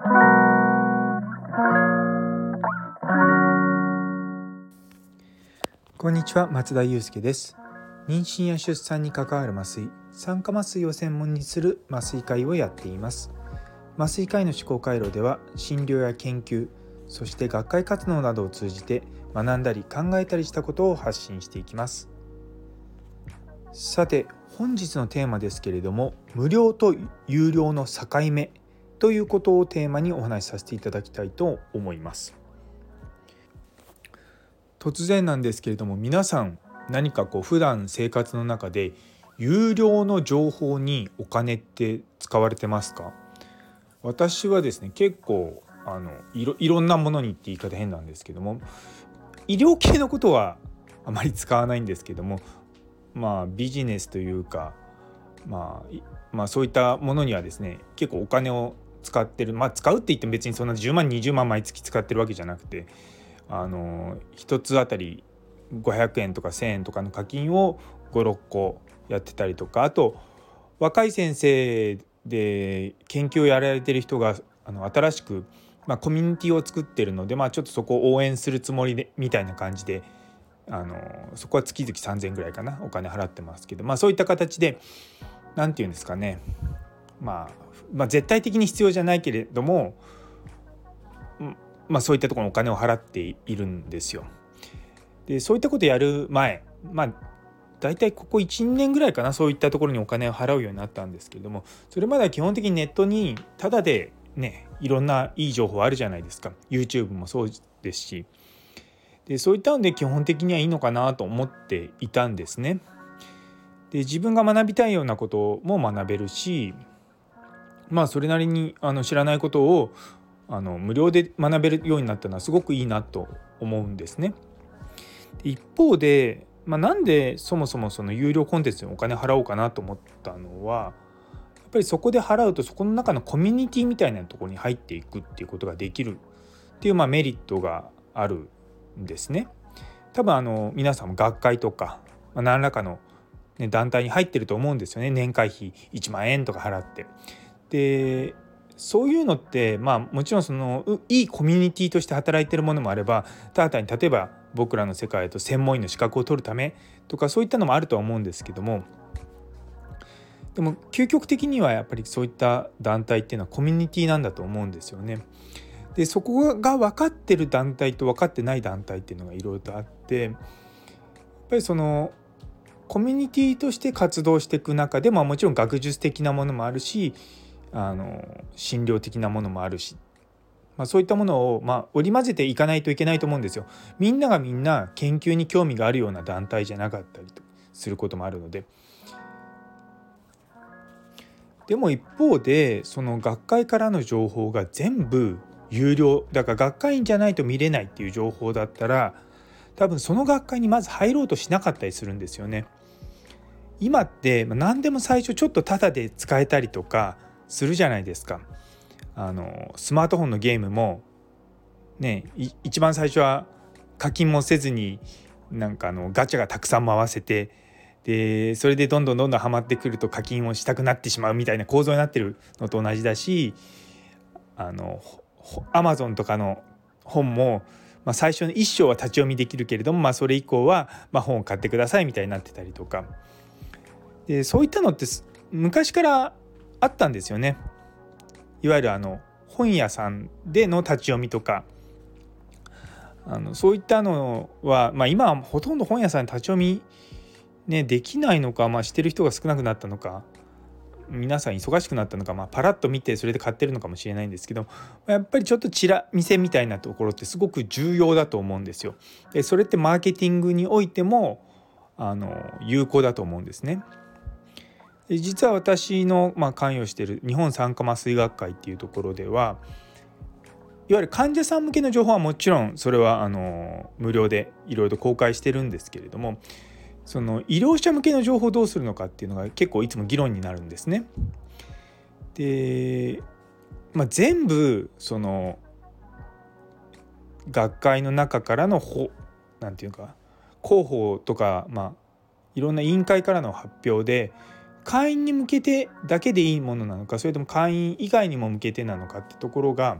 こんにちは、松田祐介です。妊娠や出産に関わる麻酔、酸化麻酔を専門にする麻酔科医をやっています。麻酔科医の思考回路では、診療や研究、そして学会活動などを通じて学んだり考えたりしたことを発信していきます。さて、本日のテーマですけれども、無料と有料の境目ということをテーマにお話しさせていただきたいと思います。突然なんですけれども、皆さん何か普段生活の中で有料の情報にお金って使われてますか？私はですね、結構いろんなものにって言い方変なんですけども、医療系のことはあまり使わないんですけども、ビジネスというか、そういったものにはですね、結構お金を使ってる。使うって言っても別にそんな10万20万毎月使ってるわけじゃなくて、1つあたり500円とか1000円とかの課金を5、6個やってたりとか、あと若い先生で研究をやられてる人が新しく、コミュニティを作ってるので、ちょっとそこを応援するつもりでみたいな感じで、そこは月々3000円ぐらいかな、お金払ってますけど、そういった形でなんていうんですかね、絶対的に必要じゃないけれども、そういったところにお金を払っているんですよ。でそういったことやる前、だいたいここ 1,2 年ぐらいかな、そういったところにお金を払うようになったんですけれども、それまでは基本的にネットにタダでね、いろんないい情報あるじゃないですか。 YouTube もそうですし、でそういったので基本的にはいいのかなと思っていたんですね。で自分が学びたいようなことも学べるし、それなりに知らないことを無料で学べるようになったのはすごくいいなと思うんですね。で一方で、なんでそもそもその有料コンテンツにお金払おうかなと思ったのは、やっぱりそこで払うとそこの中のコミュニティみたいなところに入っていくっていうことができるっていうメリットがあるんですね。多分皆さんも学会とか、何らかの、団体に入ってると思うんですよね。年会費1万円とか払って。でそういうのって、もちろんそのいいコミュニティとして働いてるものもあれば、ただ単に例えば僕らの世界だと専門医の資格を取るためとか、そういったのもあるとは思うんですけども、でも究極的にはやっぱりそういった団体っていうのはコミュニティなんだと思うんですよね。でそこが分かってる団体と分かってない団体っていうのがいろいろとあって、やっぱりそのコミュニティとして活動していく中でも、もちろん学術的なものもあるし、診療的なものもあるし、そういったものを織り交ぜていかないといけないと思うんですよ。みんながみんな研究に興味があるような団体じゃなかったりすることもあるので。でも一方で、その学会からの情報が全部有料だから、学会員じゃないと見れないっていう情報だったら、多分その学会にまず入ろうとしなかったりするんですよね。今って何でも最初ちょっとタダで使えたりとかするじゃないですか。スマートフォンのゲームもね、一番最初は課金もせずにガチャがたくさん回せて、でそれでどんどんハマってくると課金をしたくなってしまうみたいな構造になってるのと同じだし、Amazon とかの本も、最初の一章は立ち読みできるけれども、それ以降は本を買ってくださいみたいになってたりとかで、そういったのって昔からあったんですよね。いわゆる本屋さんでの立ち読みとか、そういったのは、今はほとんど本屋さんで立ち読み、できないのか、してる人が少なくなったのか、皆さん忙しくなったのか、パラッと見てそれで買ってるのかもしれないんですけど、やっぱりちょっとチラ見せみたいなところってすごく重要だと思うんですよ。でそれってマーケティングにおいても有効だと思うんですね。で実は私の関与している日本酸化麻酔学会っていうところでは、いわゆる患者さん向けの情報はもちろんそれは無料でいろいろと公開してるんですけれども、その医療者向けの情報をどうするのかっていうのが結構いつも議論になるんですね。で、全部その学会の中からのなんていうか広報とか、いろんな委員会からの発表で会員に向けてだけでいいものなのか、それとも会員以外にも向けてなのかってところが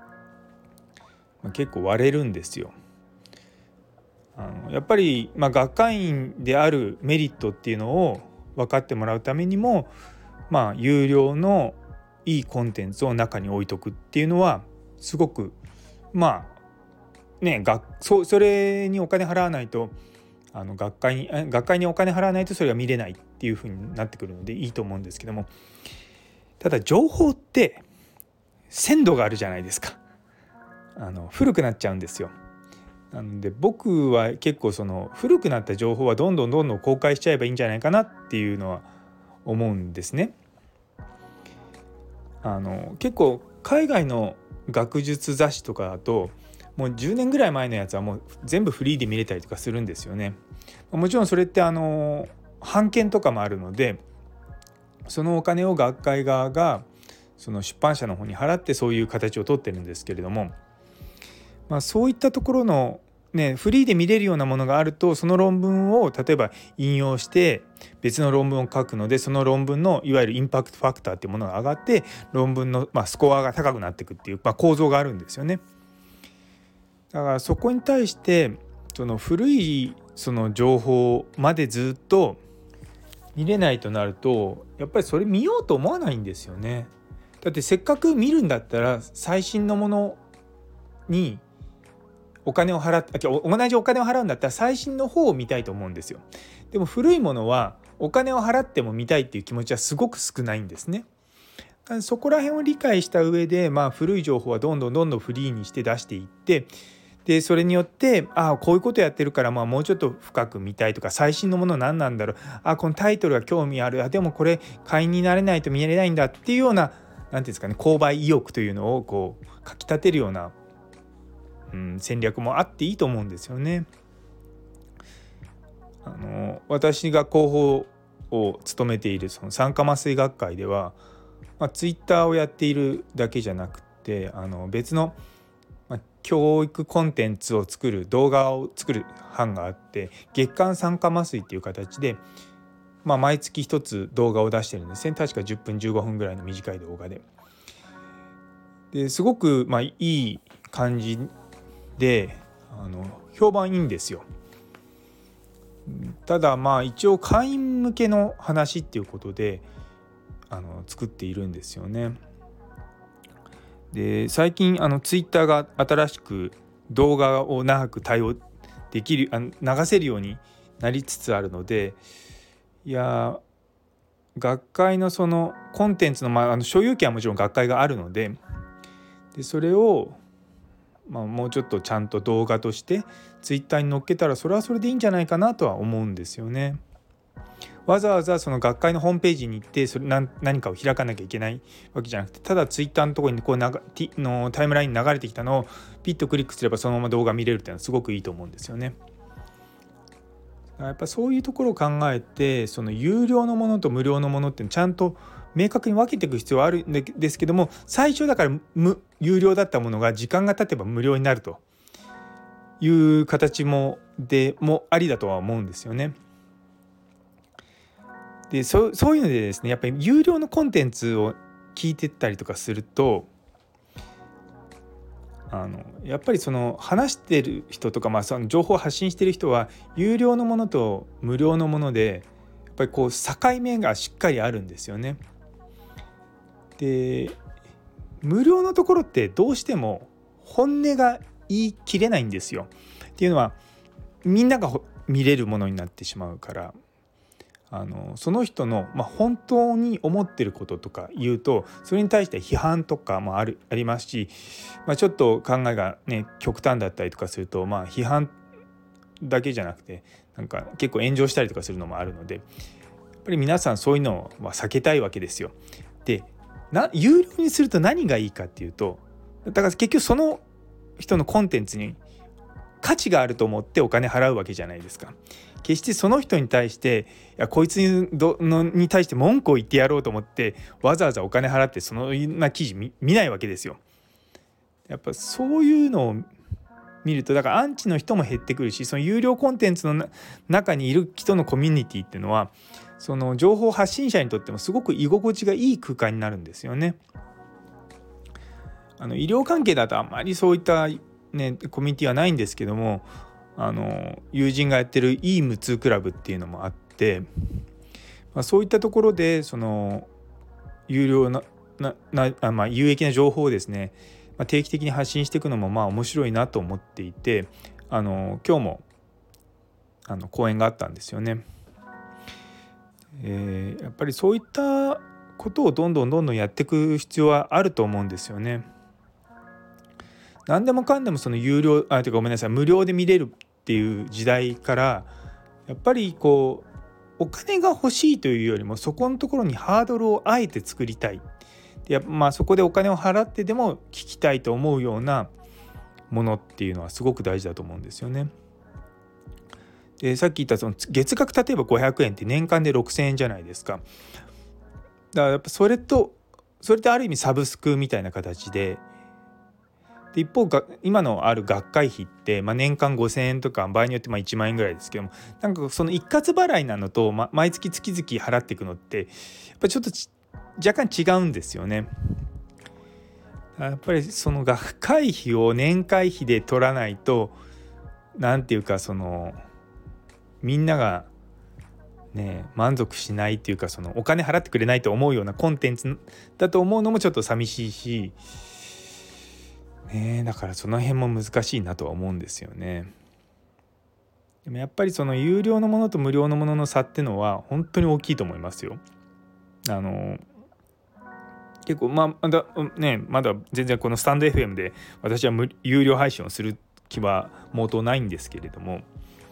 結構割れるんですよ。やっぱり学会員であるメリットっていうのを分かってもらうためにも、有料のいいコンテンツを中に置いとくっていうのはすごくそれにお金払わないと学会にお金払わないとそれが見れないっていう風になってくるのでいいと思うんですけども、ただ情報って鮮度があるじゃないですか。古くなっちゃうんですよ。なので僕は結構その古くなった情報はどんどん公開しちゃえばいいんじゃないかなっていうのは思うんですね。結構海外の学術雑誌とかだともう10年ぐらい前のやつはもう全部フリーで見れたりとかするんですよね。もちろんそれって版権とかもあるので、そのお金を学会側がその出版社の方に払ってそういう形を取ってるんですけれども、そういったところのフリーで見れるようなものがあると、その論文を例えば引用して別の論文を書くので、その論文のいわゆるインパクトファクターっていうものが上がって論文のスコアが高くなっていくっていう構造があるんですよね。だからそこに対してその古いその情報までずっと見れないとなると、やっぱりそれ見ようと思わないんですよね。だってせっかく見るんだったら最新のものにお金を払って同じお金を払うんだったら最新の方を見たいと思うんですよ。でも古いものはお金を払っても見たいっていう気持ちはすごく少ないんですね。そこら辺を理解した上で、古い情報はどんどんフリーにして出していって、でそれによってこういうことやってるからもうちょっと深く見たいとか、最新のもの何なんだろう、このタイトルが興味ある、でもこれ会員になれないと見れないんだっていうような、なんていうんですかね、購買意欲というのをこうかきたてるような戦略もあっていいと思うんですよね。私が広報を務めているその酸化麻酔学会では、ツイッターをやっているだけじゃなくて別の、教育コンテンツを作る動画を作る班があって、月刊酸化麻酔っていう形で、毎月一つ動画を出してるんですね。確か10分15分ぐらいの短い動画ですごくいい感じで評判いいんですよ。ただ一応会員向けの話っていうことで作っているんですよね。で最近ツイッターが新しく動画を長く対応できる流せるようになりつつあるので、学会のそのコンテンツの、所有権はもちろん学会があるので、それをもうちょっとちゃんと動画としてツイッターに載っけたらそれはそれでいいんじゃないかなとは思うんですよね。わざわざその学会のホームページに行って何かを開かなきゃいけないわけじゃなくて、ただツイッターのところにのタイムラインに流れてきたのをピッとクリックすればそのまま動画見れるっていうのはすごくいいと思うんですよね。やっぱそういうところを考えて、その有料のものと無料のものってちゃんと明確に分けていく必要はあるんですけども、最初だから有料だったものが時間が経てば無料になるという形もありだとは思うんですよね。でそういうのでですね、やっぱり有料のコンテンツを聞いてったりとかするとやっぱりその話してる人とか、その情報を発信してる人は有料のものと無料のものでやっぱりこう境目がしっかりあるんですよね。で無料のところってどうしても本音が言い切れないんですよ。っていうのはみんなが見れるものになってしまうから、その人の、本当に思ってることとか言うとそれに対して批判とかもありますし、ちょっと考えがね極端だったりとかすると、批判だけじゃなくてなんか結構炎上したりとかするのもあるので、やっぱり皆さんそういうのは避けたいわけですよ。で有料にすると何がいいかっていうと、だから結局その人のコンテンツに価値があると思ってお金払うわけじゃないですか。決してその人に対してこいつに対して文句を言ってやろうと思ってわざわざお金払ってそのような記事 見ないわけですよ。やっぱそういうのを見ると、だからアンチの人も減ってくるし、その有料コンテンツの中にいる人のコミュニティっていうのはその情報発信者にとってもすごく居心地がいい空間になるんですよね。医療関係だとあんまりそういった、ね、コミュニティはないんですけども、友人がやってるいい無痛クラブっていうのもあって、そういったところでその有料な有益な情報をですね、定期的に発信していくのも面白いなと思っていて、今日も講演があったんですよね。やっぱりそういったことをどんどんやっていく必要はあると思うんですよね。何でもかんでもその有料ごめんなさい無料で見れるっていう時代から、やっぱりこうお金が欲しいというよりもそこのところにハードルをあえて作りたい。でそこでお金を払ってでも聞きたいと思うようなものっていうのはすごく大事だと思うんですよね。でさっき言ったその月額例えば500円って年間で6000円じゃないですか。だからやっぱそれってある意味サブスクみたいな形で、一方今のある学会費って、年間5000円とか場合によって1万円ぐらいですけども、なんかその一括払いなのと、毎月月々払っていくのってやっぱりちょっと若干違うんですよね。やっぱりその学会費を年会費で取らないと、なんていうかそのみんながね満足しないっていうか、そのお金払ってくれないと思うようなコンテンツだと思うのもちょっと寂しいし、だからその辺も難しいなとは思うんですよね。でもやっぱりその有料のものと無料のものの差ってのは本当に大きいと思いますよ。結構まだ全然このスタンド FM で私は有料配信をする気は毛頭ないんですけれども、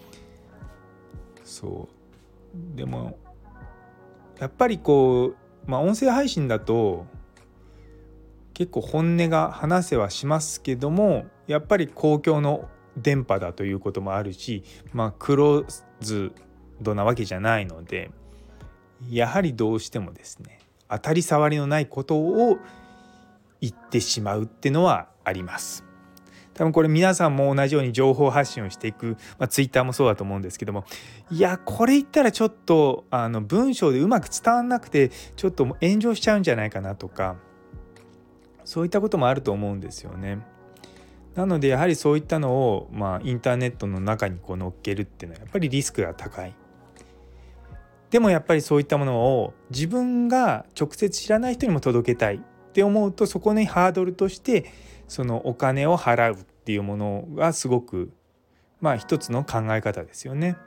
でもやっぱりこう、音声配信だと結構本音が話せはしますけども、やっぱり公共の電波だということもあるし、クローズドなわけじゃないので、やはりどうしてもですね当たり障りのないことを言ってしまうっていうのはあります。多分これ皆さんも同じように情報発信をしていく、ツイッターもそうだと思うんですけども、これ言ったらちょっと文章でうまく伝わんなくてちょっと炎上しちゃうんじゃないかなとか、そういったこともあると思うんですよね。なのでやはりそういったのを、インターネットの中に乗っけるっていうのはやっぱりリスクが高い。でもやっぱりそういったものを自分が直接知らない人にも届けたいって思うと、そこにハードルとしてそのお金を払うっていうものがすごく一つの考え方ですよね。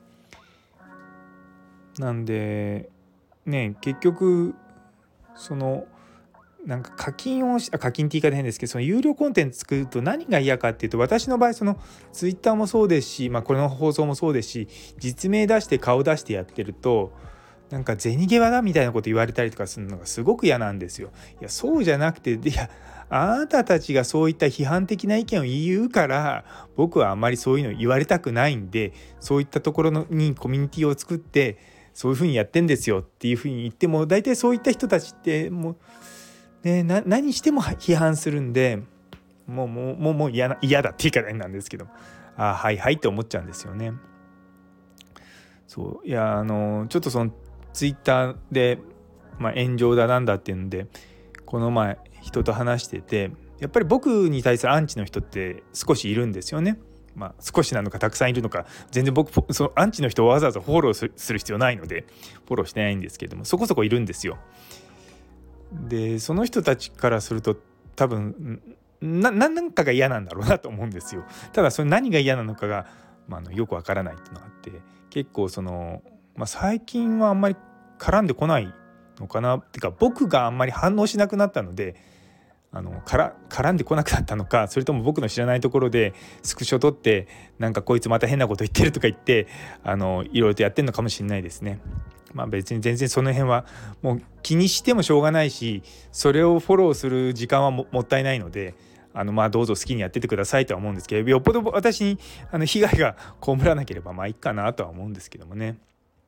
なんで結局その課金って言い方変ですけど、その有料コンテンツ作ると何が嫌かっていうと、私の場合そのツイッターもそうですし、これの放送もそうですし、実名出して顔出してやってると銭ゲバだみたいなこと言われたりとかするのがすごく嫌なんですよ。そうじゃなくて、あなたたちがそういった批判的な意見を言うから僕はあんまりそういうの言われたくないんで、そういったところにコミュニティを作ってそういうふうにやってんですよっていうふうに言っても、大体そういった人たちってもう何しても批判するんで、もう嫌だって言い方なんですけど、はいはいって思っちゃうんですよね。ちょっとそのツイッターで、炎上だなんだっていうんでこの前人と話してて、やっぱり僕に対するアンチの人って少しいるんですよね。少しなのかたくさんいるのか、全然僕そのアンチの人をわざわざフォローする必要ないのでフォローしてないんですけども、そこそこいるんですよ。でその人たちからすると多分何かが嫌なんだろうなと思うんですよ。ただそれ何が嫌なのかが、よくわからないっていうのがあって、結構その、最近はあんまり絡んでこないのかなってか、僕があんまり反応しなくなったので絡んでこなくなったのか、それとも僕の知らないところでスクショ撮ってこいつまた変なこと言ってるとか言っていろいろとやってるのかもしれないですね。別に全然その辺はもう気にしてもしょうがないし、それをフォローする時間は もったいないのでどうぞ好きにやっててくださいとは思うんですけど、よっぽど私に被害が被らなければいいかなとは思うんですけどもね。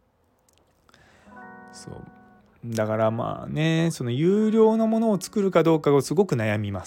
だからその有料のものを作るかどうかをすごく悩みます。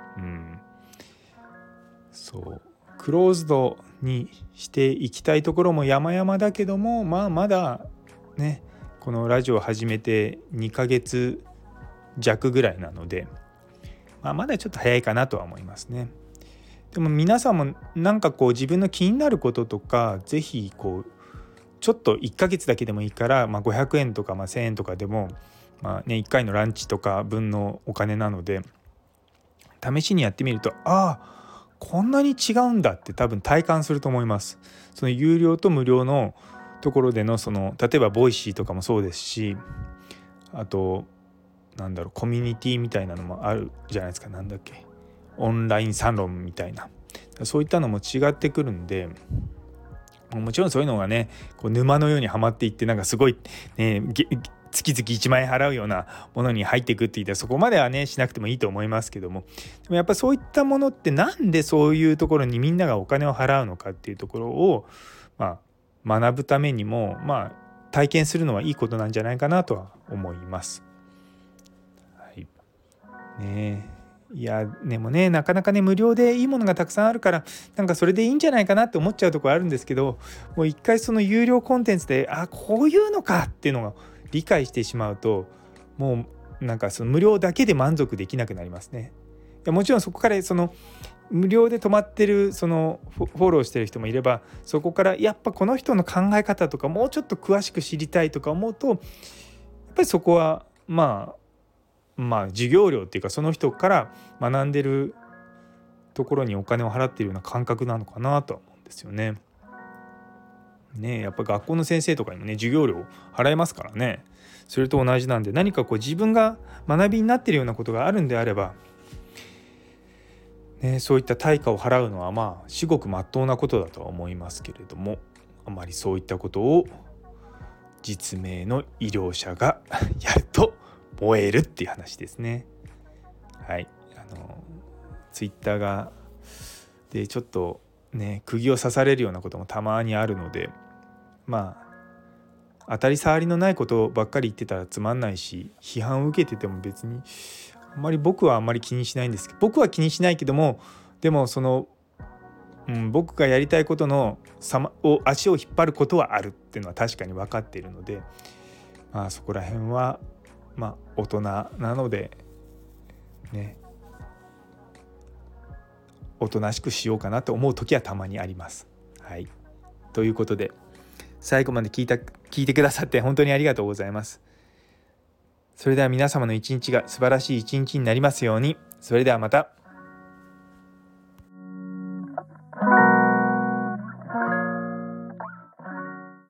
クローズドにしていきたいところも山々だけども、まだねこのラジオを始めて2ヶ月弱ぐらいなので、まだちょっと早いかなとは思いますね。でも皆さんもなんかこう自分の気になることとか、ぜひこうちょっと1ヶ月だけでもいいから、500円とか1000円とかでも、1回のランチとか分のお金なので試しにやってみると、こんなに違うんだって多分体感すると思います。その有料と無料のところでの例えばボイシーとかもそうですし、あとコミュニティみたいなのもあるじゃないですか。オンラインサロンみたいな、そういったのも違ってくるんで、もちろんそういうのがねこう沼のようにはまっていって、すごい、月々1万円払うようなものに入っていくって言ったらそこまではねしなくてもいいと思いますけども、でもやっぱそういったものってなんでそういうところにみんながお金を払うのかっていうところを、学ぶためにも、体験するのはいいことなんじゃないかなとは思います。はいね。いやでもね、なかなかね無料でいいものがたくさんあるから、それでいいんじゃないかなって思っちゃうところあるんですけど、もう一回その有料コンテンツでこういうのかっていうのが理解してしまうと、もうその無料だけで満足できなくなりますね。もちろんそこからその無料で止まってるそのフォローしてる人もいれば、そこからやっぱこの人の考え方とかもうちょっと詳しく知りたいとか思うと、やっぱりそこは授業料っていうか、その人から学んでるところにお金を払っているような感覚なのかなとは思うんですよね。やっぱ学校の先生とかにもね授業料払えますからね。それと同じなんで、何かこう自分が学びになっているようなことがあるんであれば、そういった対価を払うのは至極真っ当なことだとは思いますけれども、あまりそういったことを実名の医療者がやると燃えるっていう話ですね。はい、ツイッターでちょっとね釘を刺されるようなこともたまにあるので、当たり障りのないことばっかり言ってたらつまんないし、批判を受けてても別に僕はあんまり気にしないんですけど、僕は気にしないけども、でも僕がやりたいことの足を引っ張ることはあるっていうのは確かに分かっているので、そこら辺は大人なのでね、おとなしくしようかなと思う時はたまにあります。はい、ということで最後まで聞いてくださって本当にありがとうございます。それでは皆様の一日が素晴らしい一日になりますように。それではまた。